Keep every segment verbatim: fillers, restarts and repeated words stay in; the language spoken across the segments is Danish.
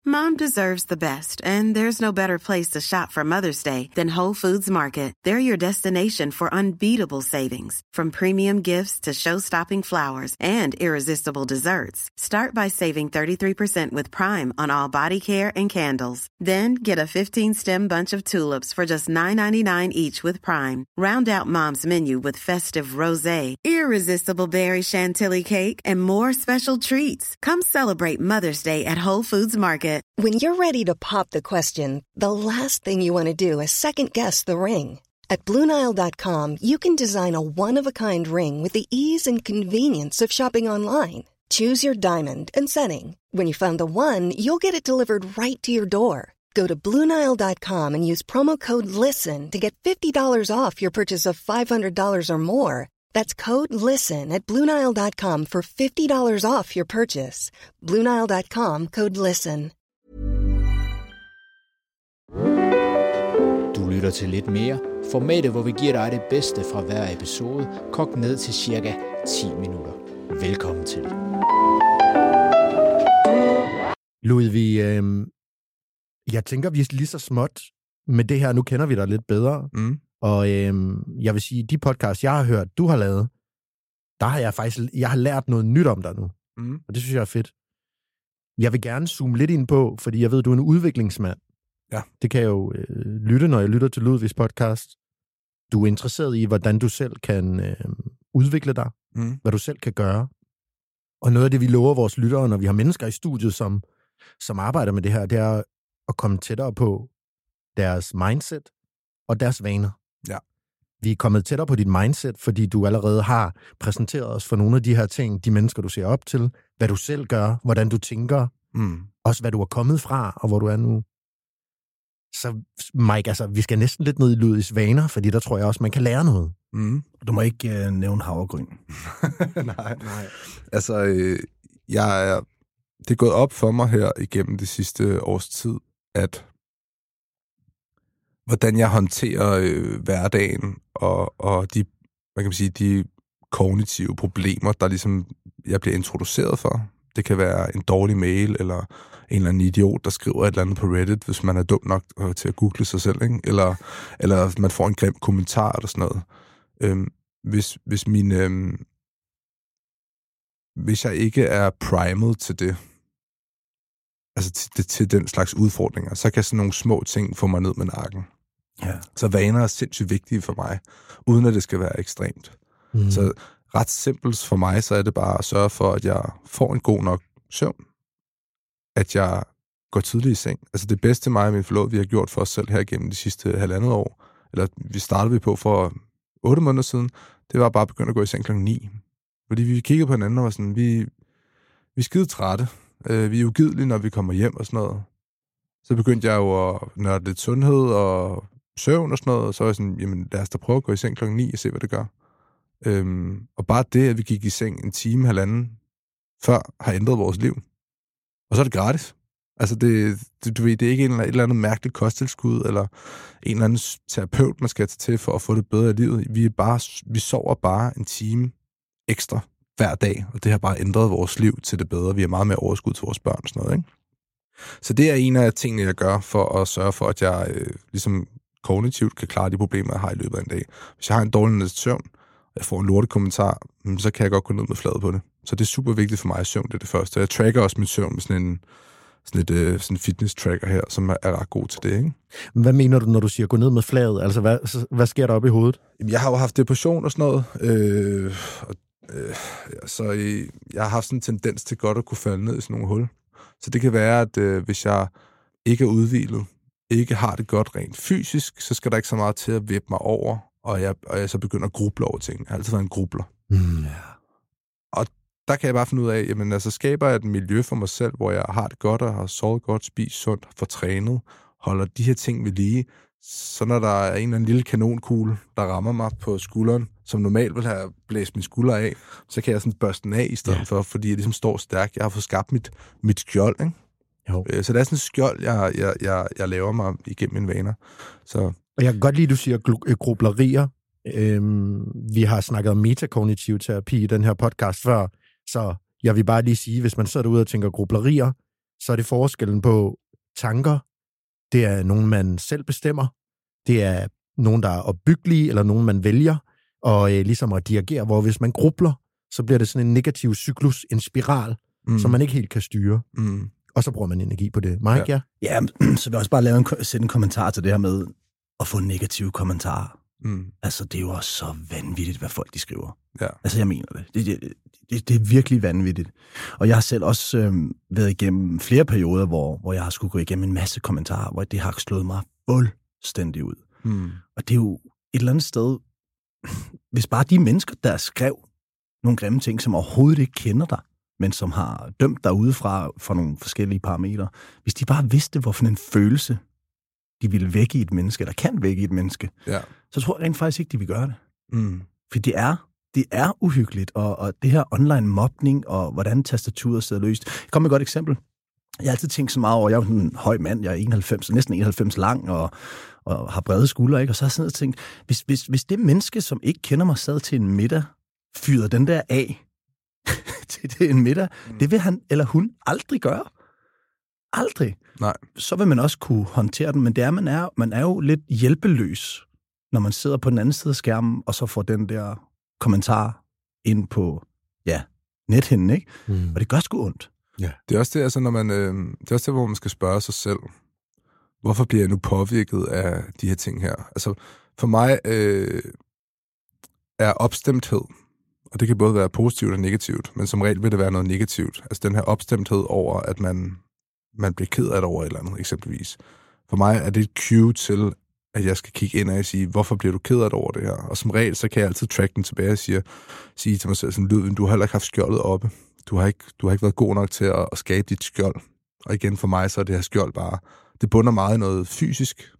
Mom deserves the best, and there's no better place to shop for Mother's Day than Whole Foods Market. They're your destination for unbeatable savings, from premium gifts to show-stopping flowers and irresistible desserts. Start by saving thirty-three percent with Prime on all body care and candles. Then get a fifteen-stem bunch of tulips for just nine ninety-nine each with Prime. Round out Mom's menu with festive rosé, irresistible berry chantilly cake, and more special treats. Come celebrate Mother's Day at Whole Foods Market. When you're ready to pop the question, the last thing you want to do is second-guess the ring. At Blue Nile dot com, you can design a one-of-a-kind ring with the ease and convenience of shopping online. Choose your diamond and setting. When you find the one, you'll get it delivered right to your door. Go to Blue Nile dot com and use promo code LISTEN to get fifty dollars off your purchase of five hundred dollars or more. That's code LISTEN at Blue Nile dot com for fifty dollars off your purchase. Blue Nile dot com, code LISTEN. Du lytter til Lidt Mere, formatet hvor vi giver dig det bedste fra hver episode, kogt ned til cirka ti minutter. Velkommen til. Ludvig, øh, jeg tænker, vi er lige så småt med det her. Nu kender vi dig lidt bedre. Mm. Og øh, jeg vil sige, de podcasts, jeg har hørt, du har lavet, der har jeg faktisk jeg har lært noget nyt om dig nu. Mm. Og det synes jeg er fedt. Jeg vil gerne zoome lidt ind på, fordi jeg ved, du er en udviklingsmand. Ja. Det kan jeg jo øh, lytte, når jeg lytter til Ludvigs podcast. Du er interesseret i, hvordan du selv kan øh, udvikle dig, mm. hvad du selv kan gøre. Og noget af det, vi lover vores lyttere, når vi har mennesker i studiet, som, som arbejder med det her, det er at komme tættere på deres mindset og deres vaner. Ja. Vi er kommet tættere på dit mindset, fordi du allerede har præsenteret os for nogle af de her ting, de mennesker, du ser op til, hvad du selv gør, hvordan du tænker, mm. også hvad du er kommet fra, og hvor du er nu. Så Mike, altså, vi skal næsten lidt ned i Ludvigs vaner, fordi der tror jeg også, man kan lære noget. Mm. Du må ikke uh, nævne havregryn. nej, nej. Altså, øh, jeg er, det er gået op for mig her igennem det sidste års tid, at hvordan jeg håndterer øh, hverdagen og, og de, hvad kan man sige, de kognitive problemer, der ligesom jeg bliver introduceret for. Det kan være en dårlig mail, eller en eller anden idiot, der skriver et eller andet på Reddit, hvis man er dum nok til at google sig selv, ikke? Eller, eller man får en grim kommentar eller sådan noget. Øhm, hvis, hvis, min, øhm, hvis jeg ikke er primed til det, altså til, til den slags udfordringer, så kan sådan nogle små ting få mig ned med nakken. Ja. Så vaner er sindssygt vigtige for mig, uden at det skal være ekstremt. Mm. Så ret simpelt for mig, så er det bare at sørge for, at jeg får en god nok søvn. At jeg går tidligt i seng. Altså det bedste mig og min forlod, vi har gjort for os selv her gennem de sidste halvandet år, eller vi startede vi på for otte måneder siden, det var bare at begynde at gå i seng klokken ni. Fordi vi kiggede på hinanden og var sådan, vi, vi er skide trætte. Øh, vi er ugidelige, når vi kommer hjem og sådan noget. Så begyndte jeg jo at nørde lidt sundhed og søvn og sådan noget, og så var jeg sådan, jamen lad os da prøve at gå i seng klokken ni og se, hvad det gør. Øhm, og bare det, at vi gik i seng en time, halvanden før, har ændret vores liv. Og så er det gratis. Altså, det, det, du ved, det er ikke en eller, et eller andet mærkeligt kosttilskud, eller en eller anden terapeut, man skal tage til for at få det bedre i livet. Vi, er bare, vi sover bare en time ekstra hver dag, og det har bare ændret vores liv til det bedre. Vi har meget mere overskud til vores børn og sådan noget, ikke? Så det er en af tingene, jeg gør for at sørge for, at jeg øh, ligesom kognitivt kan klare de problemer, jeg har i løbet af en dag. Hvis jeg har en dårlig nat søvn, og jeg får en lortekommentar, så kan jeg godt gå ned med flade på det. Så det er super vigtigt for mig at søvn, det er det første. Jeg tracker også mit søvn med sådan en sådan et øh, sådan fitness-tracker her, som er, er ret god til det, ikke? Hvad mener du, når du siger gå ned med flaget? Altså, hvad, hvad sker der op i hovedet? Jeg har jo haft depression og sådan noget, øh, og, øh, så øh, jeg har haft sådan en tendens til godt at kunne falde ned i sådan nogle hul. Så det kan være, at øh, hvis jeg ikke er udhvilet, ikke har det godt rent fysisk, så skal der ikke så meget til at vippe mig over, og jeg, og jeg så begynder at gruble over ting. Jeg har altid været en grubler. Mm. Og der kan jeg bare finde ud af, jamen altså skaber jeg et miljø for mig selv, hvor jeg har det godt og har sovet godt, spist sundt, får trænet, holder de her ting ved lige. Så når der er en eller anden lille kanonkugle, der rammer mig på skulderen, som normalt vil have blæst min skulder af, så kan jeg sådan børste den af i stedet ja. for, fordi jeg ligesom står stærkt. Jeg har fået skabt mit, mit skjold, ikke? Jo. Så det er sådan et skjold, jeg, jeg, jeg, jeg laver mig igennem mine vaner. Så. Og jeg kan godt lide, at du siger gl- grublerier. Øhm, vi har snakket om metakognitiv terapi i den her podcast før, så jeg vil bare lige sige, hvis man sidder derude og tænker grublerier, så er det forskellen på tanker. Det er nogen, man selv bestemmer. Det er nogen, der er opbyggelige, eller nogen, man vælger, og øh, ligesom at dirigere, hvor hvis man grubler, så bliver det sådan en negativ cyklus, en spiral, mm. som man ikke helt kan styre. Mm. Og så bruger man energi på det. Mike, ja? Ja, ja så vil jeg også bare lave en, sætte en kommentar til det her med at få negative kommentarer. Mm. Altså, det er jo også så vanvittigt, hvad folk de skriver. Ja. Altså, jeg mener det. Det, det, det. det er virkelig vanvittigt. Og jeg har selv også øh, været igennem flere perioder, hvor, hvor jeg har skulle gå igennem en masse kommentarer, hvor det har slået mig fuldstændig ud. Mm. Og det er jo et eller andet sted, hvis bare de mennesker, der skrev nogle grimme ting, som overhovedet ikke kender dig, men som har dømt dig udefra for nogle forskellige parametre, hvis de bare vidste, hvorfor en følelse de ville vække i et menneske, eller kan vække i et menneske, ja. så tror jeg rent faktisk ikke, de vil gøre det. Mm. For det er, det er uhyggeligt, og, og det her online mobning, og hvordan tastaturet sidder løst. Jeg kommer med et godt eksempel. Jeg har altid tænkt så meget over, jeg er jo en høj mand, jeg er enoghalvfems, næsten enoghalvfems lang, og, og har brede skuldre, ikke? Og så har jeg sådan noget tænkt, hvis, hvis, hvis det menneske, som ikke kender mig, sad til en middag, fyrede den der af til, til en middag, mm. det vil han eller hun aldrig gøre. Aldrig. Nej. Så vil man også kunne håndtere den, men det er, man er, man er jo lidt hjælpeløs, når man sidder på den anden side af skærmen, og så får den der kommentar ind på, ja, nethinden, ikke? Mm. Og det gør sgu ondt. Ja. Det er også det, altså, når man, øh, det er også det, hvor man skal spørge sig selv, hvorfor bliver jeg nu påvirket af de her ting her? Altså, for mig øh, er opstemthed, og det kan både være positivt og negativt, men som regel vil det være noget negativt. Altså den her opstemthed over, at man, man bliver ked af det over et eller andet, eksempelvis. For mig er det et cue til, at jeg skal kigge ind og sige, hvorfor bliver du ked af det over det her? Og som regel, så kan jeg altid track den tilbage og sige, sige til mig selv, sådan, Ludvig, du har heller ikke haft skjoldet oppe. Du har ikke, du har ikke været god nok til at, at skabe dit skjold. Og igen, for mig, så er det her skjold bare, det bunder meget i noget fysisk.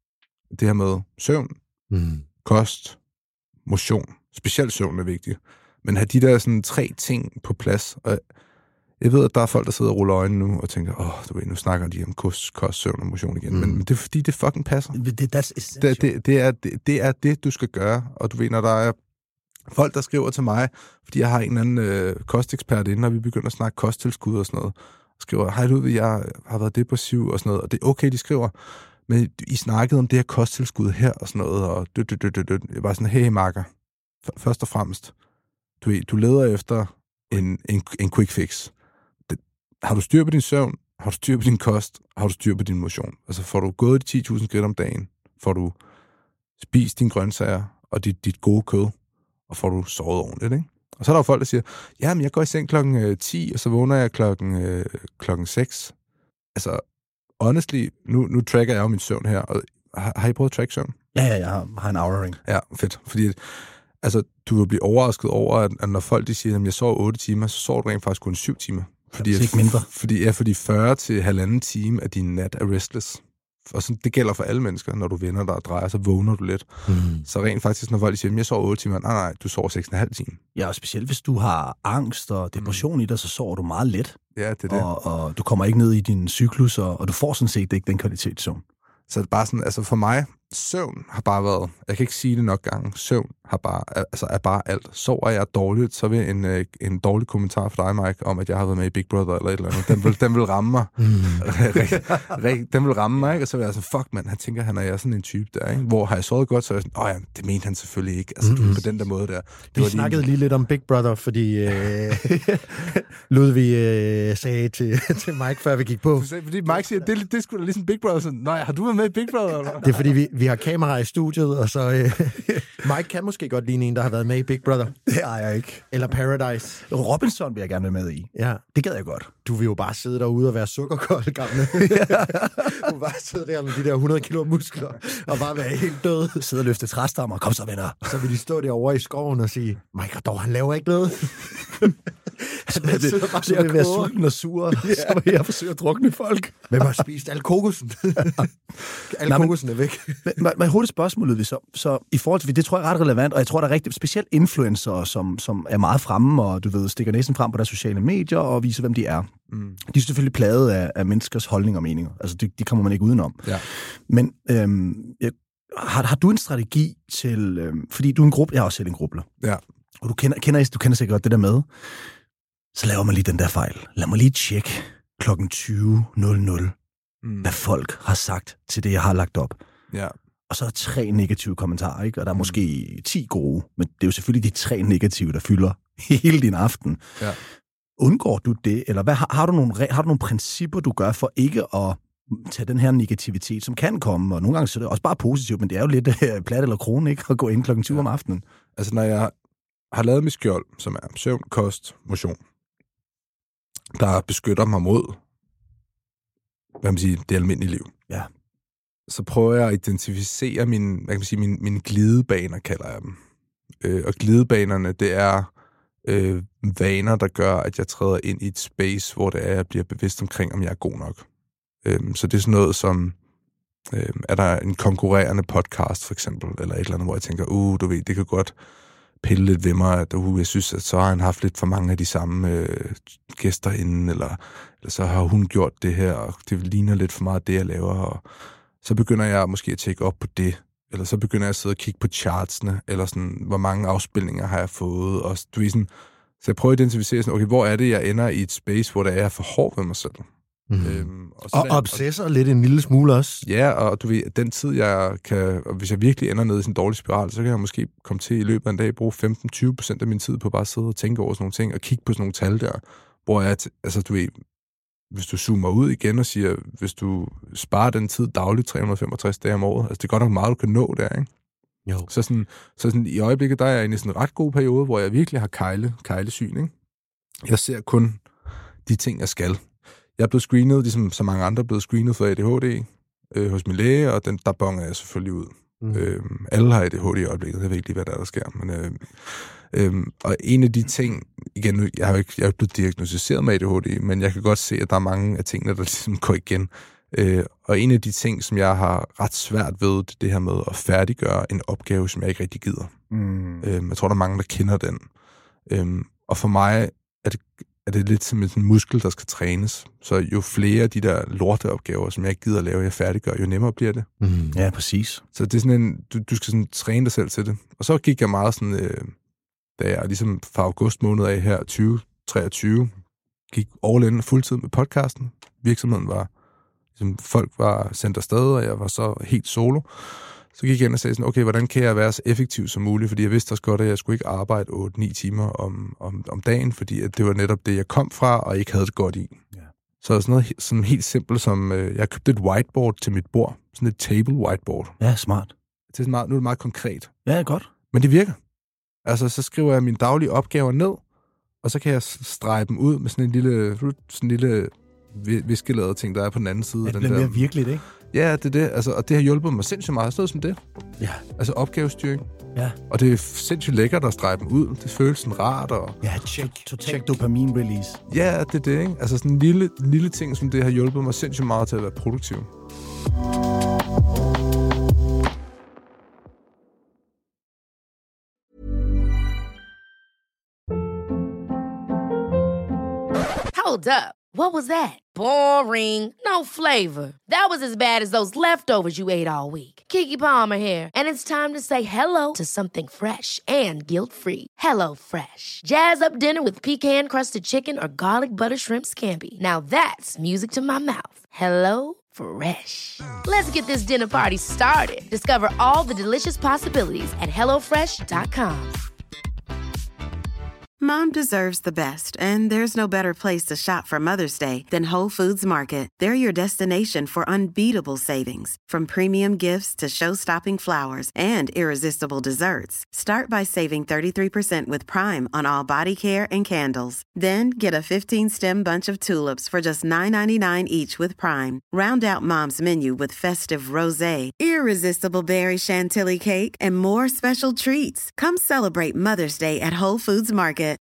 Det her med søvn, mm. kost, motion. Specielt søvn er vigtigt. Men have de der sådan tre ting på plads. Og jeg ved, at der er folk, der sidder og ruller øjnene nu og tænker, åh, oh, du ved, nu snakker de om kost, kost, søvn og motion igen. Mm. Men, men det er fordi, det fucking passer. Det, det, det, det, er, det, det er det, du skal gøre. Og du ved, når der er folk, der skriver til mig, fordi jeg har en eller anden øh, kostekspert inde, og vi begynder at snakke kosttilskud og sådan noget, og skriver, hej Ludvig, jeg har været depressiv og sådan noget, og det er okay, de skriver, men I snakkede om det her kosttilskud her og sådan noget, og død, død, død, død. Jeg var sådan, hey makker, først og fremmest, du ved, du leder efter en, en, en quick fix. Det, har du styr på din søvn? Har du styr på din kost? Har du styr på din motion? Altså får du gået de ti tusind skridt om dagen? Får du spist dine grøntsager og dit, dit gode kød? Og får du sovet ordentligt, ikke? Og så er der jo folk, der siger, ja, men jeg går i seng klokken ti, og så vågner jeg klokken, øh, klokken seks. Altså, honestly, nu, nu tracker jeg jo min søvn her, og har, har I prøvet at track søvn? Ja, ja, jeg har, har en Oura Ring. Ja, fedt. Fordi, altså, du vil blive overrasket over, at, at når folk de siger, at jeg sover otte timer, så sover du rent faktisk kun syv timer. Fordi, det er ikke mindre. Fordi, ja, fordi fyrre til halvanden time af din nat er restless. Og sådan, det gælder for alle mennesker, når du vender dig og drejer, så vågner du lidt. Mm. Så rent faktisk, når folk siger, at jeg sover otte timer, nej, nej, du sover seks og en halv time. Ja, og specielt hvis du har angst og depression mm. i dig, så sover du meget let. Ja, det er det. Og, og du kommer ikke ned i din cyklus, og, og du får sådan set ikke den kvalitetssøvn. Så det er bare sådan, altså for mig, søvn har bare været, jeg kan ikke sige det nok gange, søvn har bare, altså er bare alt. Sover jeg dårligt, så vil en, en dårlig kommentar fra dig, Mike, om at jeg har været med i Big Brother eller et eller andet, den vil, den vil ramme mig. Mm. Den vil ramme mig, ikke? Og så vil jeg altså, fuck mand, han tænker, han er jeg sådan en type der, ikke? Hvor har jeg sovet godt, så er jeg sådan, åh ja, det mente han selvfølgelig ikke. Altså mm-hmm. på den der måde der. Det Vi var snakkede lige... lige lidt om Big Brother, fordi øh, Ludvig øh, sagde til, til Mike, før vi gik på. Fordi Mike siger, det, det er sgu da ligesom Big Brother. Sådan, nej, har du været med i Big Brother? Eller? Det er fordi, vi, vi har kameraer i studiet, og så... Øh, Mike kan måske godt ligne en, der har været med i Big Brother. Det er jeg ikke. Eller Paradise. Robinson vil jeg gerne være med i. Ja. Det gad jeg godt. Du vil jo bare sidde derude og være sukkerkold, gamle. Du vil bare sidde der med de der hundrede kilo muskler, og bare være helt død. Sidde og løfte træstammer. Kom så, venner. Så vil de stå derovre i skoven og sige, Mike, dog, han laver ikke noget. Han det, sidder bare så at være sulten og sur, ja. Så vil jeg forsøge at drukne folk. Hvem har spist al kokosen? Al Nej, kokosen er væk. Men, men hurtigt spørgsmålet, så, så i forhold til, det tror jeg er ret relevant, og jeg tror, der er rigtig specielt influencer, som, som er meget fremme, og du ved, stikker næsten frem på deres sociale medier, og viser, hvem de er. Mm. De er selvfølgelig plaget af, af menneskers holdninger og meninger. Altså, de, de kommer man ikke udenom. Ja. Men øhm, jeg, har, har du en strategi til, øhm, fordi du er en gruppe, jeg er også selv en grubler. Ja. Og du kender, kender, du kender sikkert godt det der med, så laver man lige den der fejl. Lad mig lige tjekke. klokken tyve nul nul, mm. hvad folk har sagt til det, jeg har lagt op. Ja. Og så er tre negative kommentarer, ikke? Og der er mm. måske ti gode, men det er jo selvfølgelig de tre negative, der fylder hele din aften. Ja. Undgår du det, eller hvad, har, har, du nogle, har du nogle principper, du gør for ikke at tage den her negativitet, som kan komme, og nogle gange så er det også bare positivt, men det er jo lidt uh, plat eller krone, ikke? At gå ind klokken tyve ja. om aftenen. Altså, når jeg har lavet mit skjold, som er søvn, kost, motion, der beskytter mig mod, hvad man siger, det almindelige liv. Ja. Så prøver jeg at identificere mine, hvad kan man sige, mine, mine glidebaner, kalder jeg dem. Øh, og glidebanerne, det er øh, vaner, der gør, at jeg træder ind i et space, hvor det er, jeg bliver bevidst omkring, om jeg er god nok. Øh, så det er sådan noget som, øh, er der en konkurrerende podcast, for eksempel, eller et eller andet, hvor jeg tænker, uh, du ved, det kan godt pille lidt ved mig, at uh, jeg synes, at så har han haft lidt for mange af de samme øh, gæster inden, eller, eller så har hun gjort det her, og det ligner lidt for meget det, jeg laver, og så begynder jeg måske at tjekke op på det, eller så begynder jeg at sidde og kigge på chartsene, eller sådan, hvor mange afspilninger har jeg fået, og du ved sådan, så jeg prøver at identificere sådan, okay, hvor er det, jeg ender i et space, hvor der er jeg for hård ved mig selv. Mm. Øhm, og og der, obsesser og, lidt en lille smule også. Ja, og du ved, den tid, jeg kan, og hvis jeg virkelig ender ned i sådan en dårlig spiral, så kan jeg måske komme til i løbet af en dag bruge femten til tyve procent af min tid på bare at sidde og tænke over sådan nogle ting, og kigge på sådan nogle tal der, hvor jeg, altså du ved, hvis du zoomer ud igen og siger, hvis du sparer den tid dagligt tre hundrede og femogtres dage om året, altså det er godt nok meget, du kan nå der, ikke? Jo. Så, sådan, så sådan, i øjeblikket, der er jeg inde i sådan en ret god periode, hvor jeg virkelig har kejle, kejlesyn, ikke? Jeg ser kun de ting, jeg skal. Jeg er blevet screenet, ligesom så mange andre er blevet screenet for A D H D øh, hos min læge, og den, der bonger jeg selvfølgelig ud. Mm. Øh, alle har A D H D i øjeblikket, jeg ved ikke lige, hvad der er, der sker. Men, øh, øh, og en af de ting, igen, jeg har jo ikke jeg er blevet diagnosticeret med A D H D, men jeg kan godt se, at der er mange af tingene, der ligesom går igen. Øh, og en af de ting, som jeg har ret svært ved, det, det her med at færdiggøre en opgave, som jeg ikke rigtig gider. Mm. Øh, jeg tror, der er mange, der kender den. Øh, og for mig er det er det lidt som en muskel, der skal trænes. Så jo flere af de der lorteopgaver, som jeg ikke gider at lave, jeg færdiggør, jo nemmere bliver det. Mm. Ja, præcis. Så det er sådan en, du, du skal sådan træne dig selv til det. Og så gik jeg meget sådan, øh, da jeg ligesom fra august måned af her, tyve treogtyve, gik all in fuldtid med podcasten. Virksomheden var, ligesom, folk var sendt afsted, og jeg var så helt solo. Så gik jeg ind og sagde sådan, okay, hvordan kan jeg være så effektiv som muligt? Fordi jeg vidste også godt, at jeg skulle ikke arbejde otte ni timer om, om, om dagen, fordi at det var netop det, jeg kom fra, og ikke havde det godt i. Ja. Så sådan noget sådan helt simpelt som, øh, jeg købte et whiteboard til mit bord. Sådan et table whiteboard. Ja, smart. Det er meget, nu er det meget konkret. Ja, godt. Men det virker. Altså, så skriver jeg mine daglige opgaver ned, og så kan jeg strege dem ud med sådan en lille, sådan en lille viskeladede ting, der er på den anden side. Ja, det bliver mere virkeligt, ikke? Ja, det er det. Altså, og det har hjulpet mig sindssygt meget. Sådan noget som det. Ja. Altså opgavestyring. Ja. Og det er sindssygt lækkert at strege dem ud. Det føles sådan rart. Og ja, check. Total dopamin-release. Ja, det er det, ikke? Altså sådan en lille, lille ting, som det har hjulpet mig sindssygt meget til at være produktiv. Hold up. What was that? Boring. No flavor. That was as bad as those leftovers you ate all week. Keke Palmer here, and it's time to say hello to something fresh and guilt-free. Hello Fresh. Jazz up dinner with pecan-crusted chicken or garlic butter shrimp scampi. Now that's music to my mouth. Hello Fresh. Let's get this dinner party started. Discover all the delicious possibilities at hello fresh dot com. Mom deserves the best, and there's no better place to shop for Mother's Day than Whole Foods Market. They're your destination for unbeatable savings, from premium gifts to show-stopping flowers and irresistible desserts. Start by saving thirty-three percent with Prime on all body care and candles. Then get a fifteen-stem bunch of tulips for just nine ninety-nine each with Prime. Round out Mom's menu with festive rosé, irresistible berry chantilly cake, and more special treats. Come celebrate Mother's Day at Whole Foods Market.